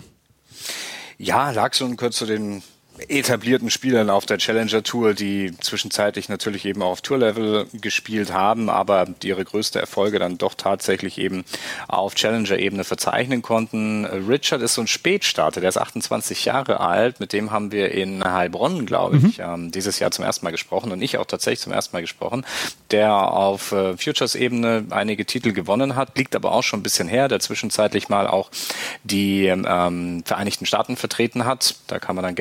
E: Ja, Laaksonen gehört zu den etablierten Spielern auf der Challenger Tour, die zwischenzeitlich natürlich eben auch auf Tour-Level gespielt haben, aber die ihre größte Erfolge dann doch tatsächlich eben auf Challenger-Ebene verzeichnen konnten. Ritschard ist so ein Spätstarter, der ist achtundzwanzig Jahre alt, mit dem haben wir in Heilbronn, glaube ich, mhm. ähm, dieses Jahr zum ersten Mal gesprochen und ich auch tatsächlich zum ersten Mal gesprochen, der auf äh, Futures-Ebene einige Titel gewonnen hat, liegt aber auch schon ein bisschen her, der zwischenzeitlich mal auch die ähm, Vereinigten Staaten vertreten hat. Da kann man dann gerne auch nochmal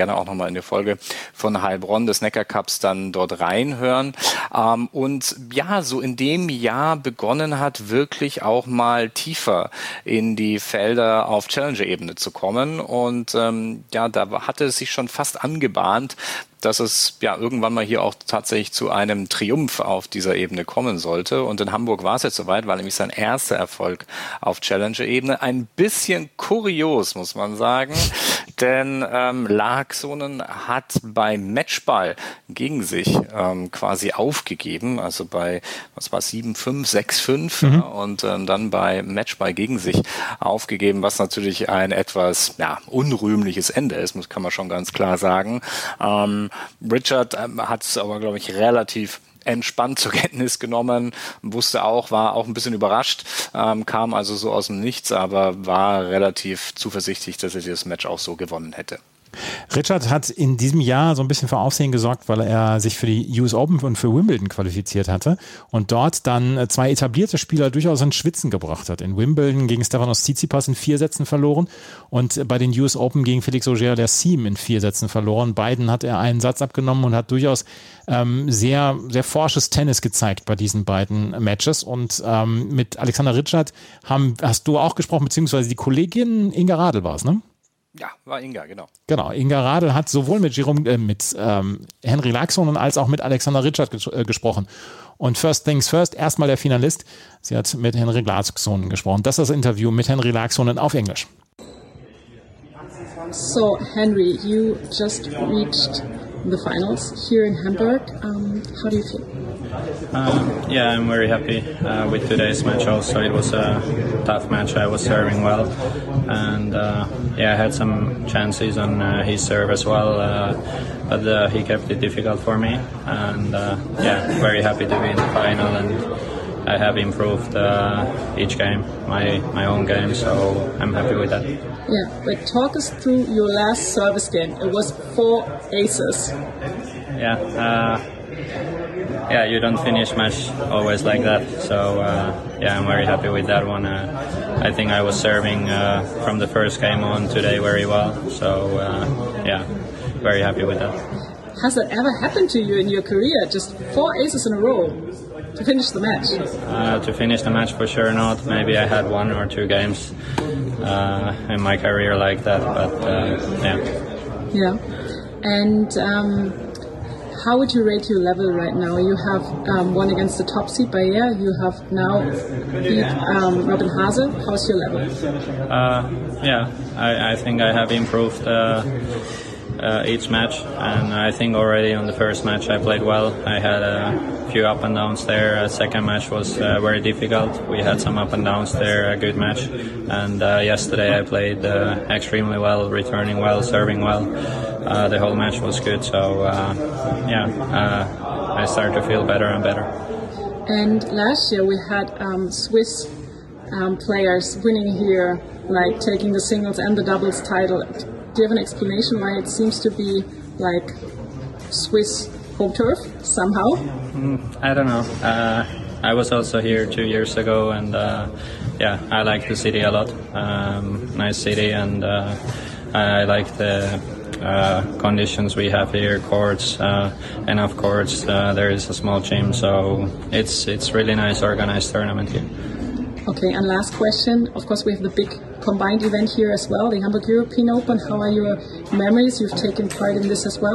E: nochmal in die Folge von Heilbronn des Neckar Cups dann dort reinhören. Ähm, und ja, so in dem Jahr begonnen hat, wirklich auch mal tiefer in die Felder auf Challenger-Ebene zu kommen. Und ähm, ja, da hatte es sich schon fast angebahnt, dass es ja irgendwann mal hier auch tatsächlich zu einem Triumph auf dieser Ebene kommen sollte. Und in Hamburg war es jetzt soweit, war nämlich sein erster Erfolg auf Challenger-Ebene. Ein bisschen kurios, muss man sagen, denn ähm, Laaksonen hat beim Matchball gegen sich ähm, quasi aufgegeben, also bei, was war es, sieben fünf, sechs fünf mhm. ja, und ähm, dann bei Matchball gegen sich aufgegeben, was natürlich ein etwas ja, unrühmliches Ende ist, muss, kann man schon ganz klar sagen. Ähm, Richard ähm, hat es aber, glaube ich, relativ entspannt zur Kenntnis genommen, wusste auch, war auch ein bisschen überrascht, ähm, kam also so aus dem Nichts, aber war relativ zuversichtlich, dass er dieses Match auch so gewonnen hätte.
D: Richard hat in diesem Jahr so ein bisschen für Aufsehen gesorgt, weil er sich für die U S Open und für Wimbledon qualifiziert hatte und dort dann zwei etablierte Spieler durchaus ins Schwitzen gebracht hat. In Wimbledon gegen Stefanos Tsitsipas in vier Sätzen verloren und bei den U S Open gegen Felix Auger-Aliassime in vier Sätzen verloren. Beiden hat er einen Satz abgenommen und hat durchaus ähm, sehr, sehr forsches Tennis gezeigt bei diesen beiden Matches. Und ähm, mit Alexander Ritschard haben, hast du auch gesprochen, beziehungsweise die Kollegin Inga Radl war es, ne?
E: Ja, war Inga, genau.
D: Genau, Inga Radl hat sowohl mit Jerome, äh, mit ähm, Henry Laaksonen als auch mit Alexander Ritschard ges- äh, gesprochen. Und first things first, erstmal der Finalist. Sie hat mit Henry Laaksonen gesprochen. Das ist das Interview mit Henry Laaksonen auf Englisch.
J: So, Henry, you just reached the finals here in Hamburg. Um, how do you feel?
K: Um, yeah, I'm very happy uh, with today's match also. It was a tough match. I was serving well. And uh, yeah, I had some chances on uh, his serve as well. Uh, but uh, he kept it difficult for me. And uh, yeah, very happy to be in the final. And I have improved uh, each game, my, my own game. So I'm happy with that.
J: Yeah, but talk us through your last service game. It was four aces.
K: Yeah. Uh, Yeah, you don't finish match always like that. So uh, yeah, I'm very happy with that one. Uh, I think I was serving uh, from the first game on today very well. So uh, yeah, very happy with that.
J: Has that ever happened to you in your career? Just four aces in a row to finish the match?
K: Uh, to finish the match, for sure not. Maybe I had one or two games uh, in my career like that, but uh, yeah.
J: Yeah, and. Um, How would you rate your level right now? You have um, won against the top seed Bayer. You have now beat um, Robin Haase. How's your level?
K: Uh, yeah, I, I think I have improved uh, uh, each match, and I think already on the first match I played well. I had a few up and downs there. The second match was uh, very difficult. We had some up and downs there. A good match, and uh, yesterday I played uh, extremely well, returning well, serving well. Uh, the whole match was good, so uh, yeah, uh, I started to feel better and better.
J: And last year we had um, Swiss um, players winning here, like taking the singles and the doubles title. Do you have an explanation why it seems to be like Swiss home turf somehow?
K: Mm, I don't know. Uh, I was also here two years ago, and uh, yeah, I like the city a lot. Um, nice city, and uh, I like the Uh, conditions we have here, courts, uh, enough courts. Uh, there is a small gym, so it's it's really nice organized tournament here.
J: Okay, and last question. Of course, we have the big combined event here as well, the Hamburg European Open. How are your memories? You've taken part in this as well.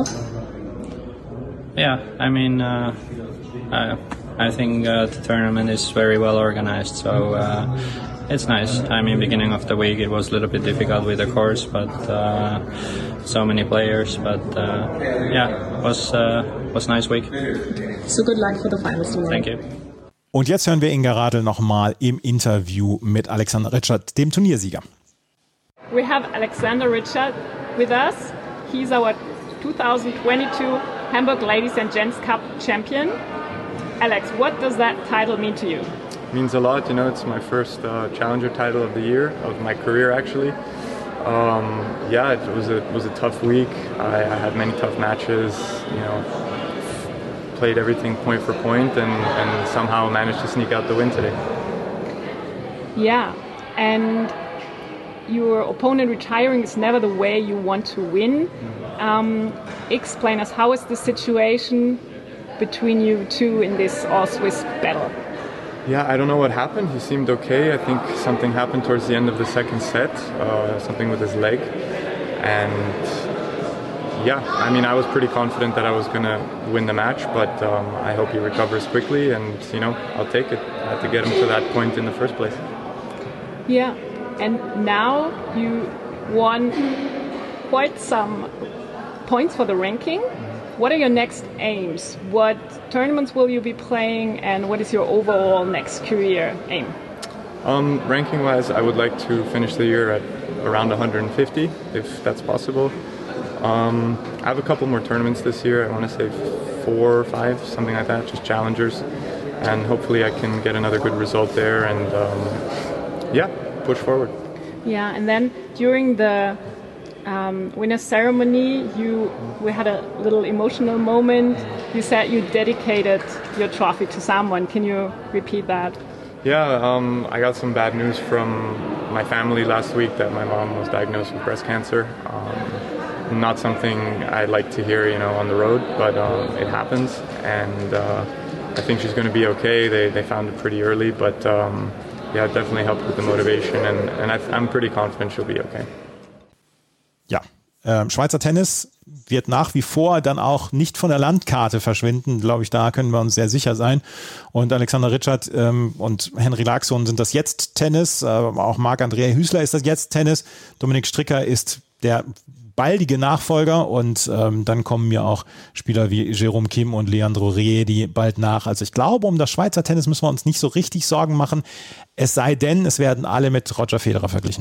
K: Yeah, I mean, uh, I, I think uh, the tournament is very well organized, so. Uh, It's nice. I mean, beginning of the week it was a little bit difficult with the course, but uh, so many players. But uh, yeah, it was uh, was a nice week.
J: So good luck for the finals tomorrow.
K: Thank you.
D: Und jetzt hören wir Inga Radl nochmal im Interview mit Alexander Ritschard, dem Turniersieger.
L: We have Alexander Ritschard with us. He's our twenty twenty-two Hamburg Ladies and Gents Cup champion. Alex, what does that title mean to you?
M: Means a lot, you know. It's my first uh, challenger title of the year, of my career actually. Um, yeah, it was a it was a tough week. I, I had many tough matches, you know. Played everything point for point, and, and somehow managed to sneak out the win today.
L: Yeah, and your opponent retiring is never the way you want to win. Um, explain us, how is the situation between you two in this all-Swiss battle?
M: Yeah, I don't know what happened. He seemed okay. I think something happened towards the end of the second set, uh, something with his leg. And yeah, I mean, I was pretty confident that I was going to win the match, but um, I hope he recovers quickly and, you know, I'll take it. I had to get him to that point in the first place.
L: Yeah, and now you won quite some points for the ranking. What are your next aims? What tournaments will you be playing, and what is your overall next career aim?
M: Um, ranking-wise, I would like to finish the year at around one hundred fifty, if that's possible. Um, I have a couple more tournaments this year. I want to say four or five, something like that, just challengers. And hopefully I can get another good result there and, um, yeah, push forward.
L: Yeah, and then during the Um, winner's ceremony, you we had a little emotional moment. You said you dedicated your trophy to someone. Can you repeat that?
M: Yeah, um, I got some bad news from my family last week that my mom was diagnosed with breast cancer. Um, not something I like to hear, you know, on the road, but um, it happens, and uh, I think she's going to be okay. They they found it pretty early, but um, yeah, it definitely helped with the motivation, and, and I, I'm pretty confident she'll be okay.
D: Ja, äh, Schweizer Tennis wird nach wie vor dann auch nicht von der Landkarte verschwinden, glaube ich, da können wir uns sehr sicher sein. Und Alexander Ritschard ähm, und Henry Laaksonen sind das jetzt Tennis, äh, auch Marc-André Hüsler ist das jetzt Tennis, Dominik Stricker ist der baldige Nachfolger und ähm, dann kommen mir auch Spieler wie Jérôme Kim und Leandro Riedi bald nach. Also ich glaube, um das Schweizer Tennis müssen wir uns nicht so richtig Sorgen machen, es sei denn, es werden alle mit Roger Federer verglichen.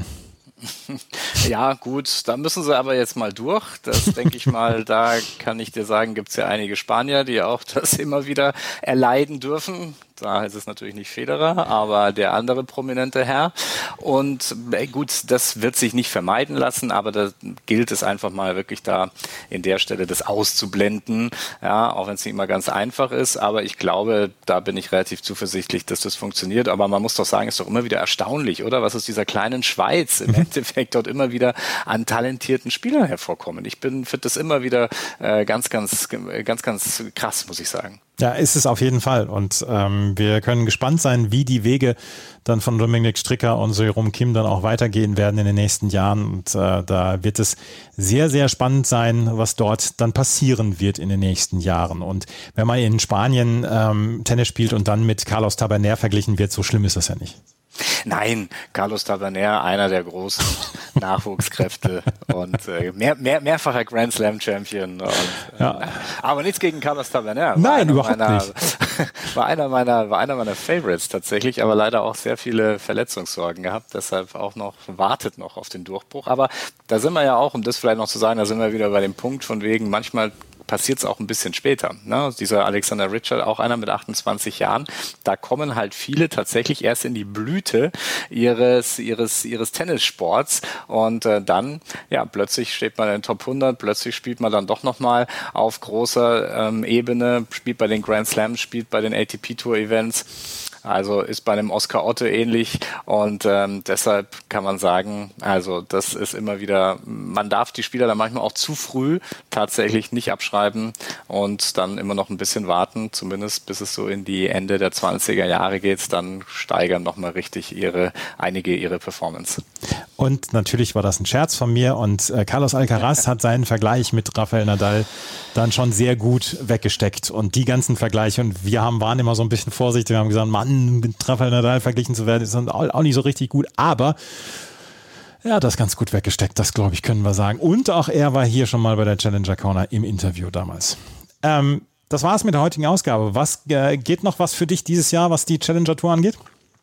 E: Ja, gut, da müssen sie aber jetzt mal durch. Das denke ich mal, da kann ich dir sagen, gibt es ja einige Spanier, die auch das immer wieder erleiden dürfen. Da ist es natürlich nicht Federer, aber der andere prominente Herr. Und äh, gut, das wird sich nicht vermeiden lassen, aber da gilt es einfach mal wirklich da in der Stelle das auszublenden, ja, auch wenn es nicht immer ganz einfach ist. Aber ich glaube, da bin ich relativ zuversichtlich, dass das funktioniert. Aber man muss doch sagen, ist doch immer wieder erstaunlich, oder? Was aus dieser kleinen Schweiz im Endeffekt dort immer wieder an talentierten Spielern hervorkommen. Ich bin finde das immer wieder äh, ganz, ganz, ganz, ganz krass, muss ich sagen.
D: Ja, ist es auf jeden Fall. Und ähm, wir können gespannt sein, wie die Wege dann von Dominik Stricker und Jérôme Kim dann auch weitergehen werden in den nächsten Jahren. Und äh, da wird es sehr, sehr spannend sein, was dort dann passieren wird in den nächsten Jahren. Und wenn man in Spanien ähm, Tennis spielt und dann mit Carlos Taberner verglichen wird, so schlimm ist das ja nicht.
E: Nein, Carlos Taberner, einer der großen Nachwuchskräfte und äh, mehr, mehr, mehrfacher Grand Slam Champion. Und, äh, ja. Aber nichts gegen Carlos Taberner.
D: Nein, überhaupt
E: meiner,
D: nicht.
E: War einer meiner, war einer meiner Favorites tatsächlich, aber leider auch sehr viele Verletzungssorgen gehabt, deshalb auch noch, wartet noch auf den Durchbruch. Aber da sind wir ja auch, um das vielleicht noch zu sagen, da sind wir wieder bei dem Punkt von wegen, manchmal passiert es auch ein bisschen später. Ne? Dieser Alexander Ritschard, auch einer mit achtundzwanzig Jahren, da kommen halt viele tatsächlich erst in die Blüte ihres ihres ihres Tennissports und äh, dann, ja, plötzlich steht man in den Top hundert, plötzlich spielt man dann doch nochmal auf großer ähm, Ebene, spielt bei den Grand Slams, spielt bei den A T P Tour Events. Also ist bei einem Oscar Otte ähnlich und ähm, deshalb kann man sagen, also das ist immer wieder, man darf die Spieler dann manchmal auch zu früh tatsächlich nicht abschreiben und dann immer noch ein bisschen warten, zumindest bis es so in die Ende der zwanziger Jahre geht, dann steigern nochmal richtig ihre, einige ihre Performance.
D: Und natürlich war das ein Scherz von mir und äh, Carlos Alcaraz hat seinen Vergleich mit Rafael Nadal dann schon sehr gut weggesteckt und die ganzen Vergleiche und wir haben, waren immer so ein bisschen vorsichtig, wir haben gesagt, Mann, mit Rafael Nadal verglichen zu werden, ist dann auch nicht so richtig gut, aber er hat das ganz gut weggesteckt, das glaube ich, können wir sagen. Und auch er war hier schon mal bei der Challenger Corner im Interview damals. Ähm, das war's mit der heutigen Ausgabe. Was äh, geht noch was für dich dieses Jahr, was die Challenger Tour angeht?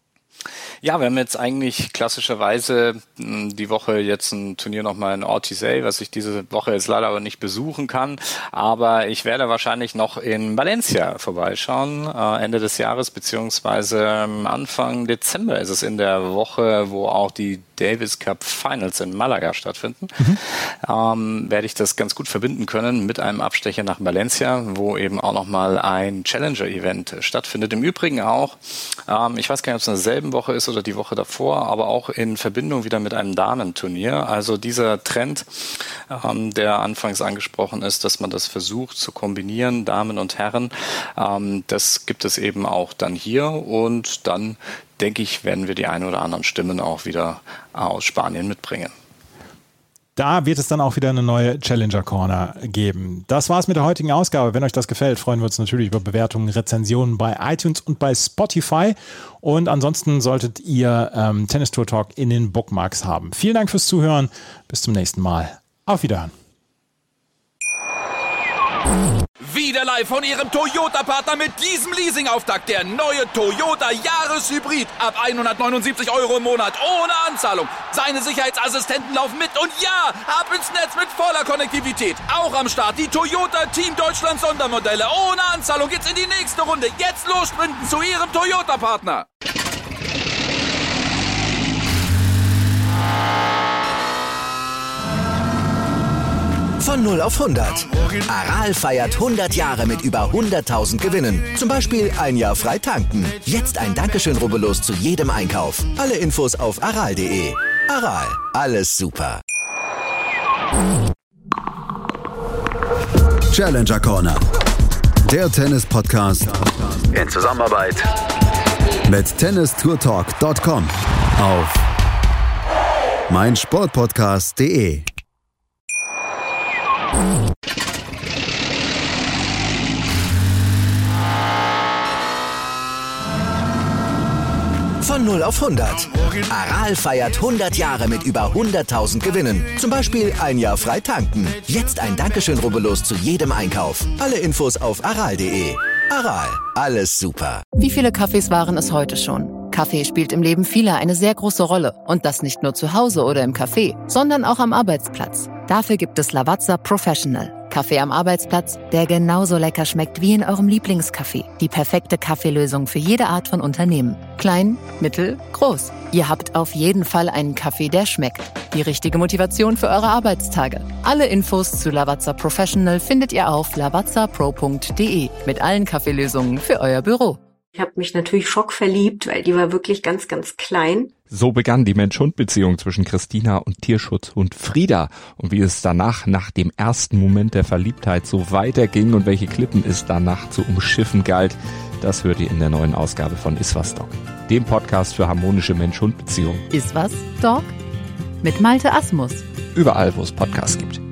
E: Ja, wir haben jetzt eigentlich klassischerweise die Woche jetzt ein Turnier nochmal in Ortisei, was ich diese Woche jetzt leider aber nicht besuchen kann. Aber ich werde wahrscheinlich noch in Valencia vorbeischauen, äh, Ende des Jahres, beziehungsweise Anfang Dezember ist es in der Woche, wo auch die Davis Cup Finals in Malaga stattfinden, mhm. ähm, werde ich das ganz gut verbinden können mit einem Abstecher nach Valencia, wo eben auch nochmal ein Challenger-Event stattfindet. Im Übrigen auch, ähm, ich weiß gar nicht, ob es in derselben Woche ist oder die Woche davor, aber auch in Verbindung wieder mit einem Damenturnier. Also dieser Trend, ähm, der anfangs angesprochen ist, dass man das versucht zu kombinieren, Damen und Herren, ähm, das gibt es eben auch dann hier und dann denke ich, werden wir die ein oder anderen Stimmen auch wieder aus Spanien mitbringen.
D: Da wird es dann auch wieder eine neue Challenger Corner geben. Das war's mit der heutigen Ausgabe. Wenn euch das gefällt, freuen wir uns natürlich über Bewertungen, Rezensionen bei iTunes und bei Spotify. Und ansonsten solltet ihr ähm, Tennis Tour Talk in den Bookmarks haben. Vielen Dank fürs Zuhören. Bis zum nächsten Mal. Auf Wiederhören.
I: Wieder live von Ihrem Toyota-Partner mit diesem Leasing-Auftakt. Der neue Toyota Jahreshybrid. Ab hundertneunundsiebzig Euro im Monat. Ohne Anzahlung. Seine Sicherheitsassistenten laufen mit. Und ja, ab ins Netz mit voller Konnektivität. Auch am Start die Toyota Team Deutschland Sondermodelle. Ohne Anzahlung geht's in die nächste Runde. Jetzt los sprinten zu Ihrem Toyota-Partner.
B: Von null auf hundert. Aral feiert hundert Jahre mit über hunderttausend Gewinnen. Zum Beispiel ein Jahr frei tanken. Jetzt ein Dankeschön, rubbellos zu jedem Einkauf. Alle Infos auf aral punkt de. Aral, alles super.
C: Challenger Corner. Der Tennis-Podcast
B: in Zusammenarbeit
C: mit tennis tour talk punkt com auf meinsportpodcast punkt de.
B: Von null auf hundert. Aral feiert hundert Jahre mit über hunderttausend Gewinnen. Zum Beispiel ein Jahr frei tanken. Jetzt ein Dankeschön, rubbellos zu jedem Einkauf. Alle Infos auf aral punkt de. Aral, alles super.
N: Wie viele Kaffees waren es heute schon? Kaffee spielt im Leben vieler eine sehr große Rolle. Und das nicht nur zu Hause oder im Café, sondern auch am Arbeitsplatz. Dafür gibt es Lavazza Professional. Kaffee am Arbeitsplatz, der genauso lecker schmeckt wie in eurem Lieblingscafé. Die perfekte Kaffeelösung für jede Art von Unternehmen. Klein, mittel, groß. Ihr habt auf jeden Fall einen Kaffee, der schmeckt. Die richtige Motivation für eure Arbeitstage. Alle Infos zu Lavazza Professional findet ihr auf lavazza pro punkt de mit allen Kaffeelösungen für euer Büro.
O: Ich habe mich natürlich schockverliebt, weil die war wirklich ganz, ganz klein.
P: So begann die Mensch-Hund-Beziehung zwischen Christina und Tierschutzhund Frieda. Und wie es danach, nach dem ersten Moment der Verliebtheit, so weiterging und welche Klippen es danach zu umschiffen galt, das hört ihr in der neuen Ausgabe von Iswas Dog, dem Podcast für harmonische Mensch-Hund-Beziehungen.
N: Iswas Dog? Mit Malte Asmus.
P: Überall, wo es Podcasts gibt.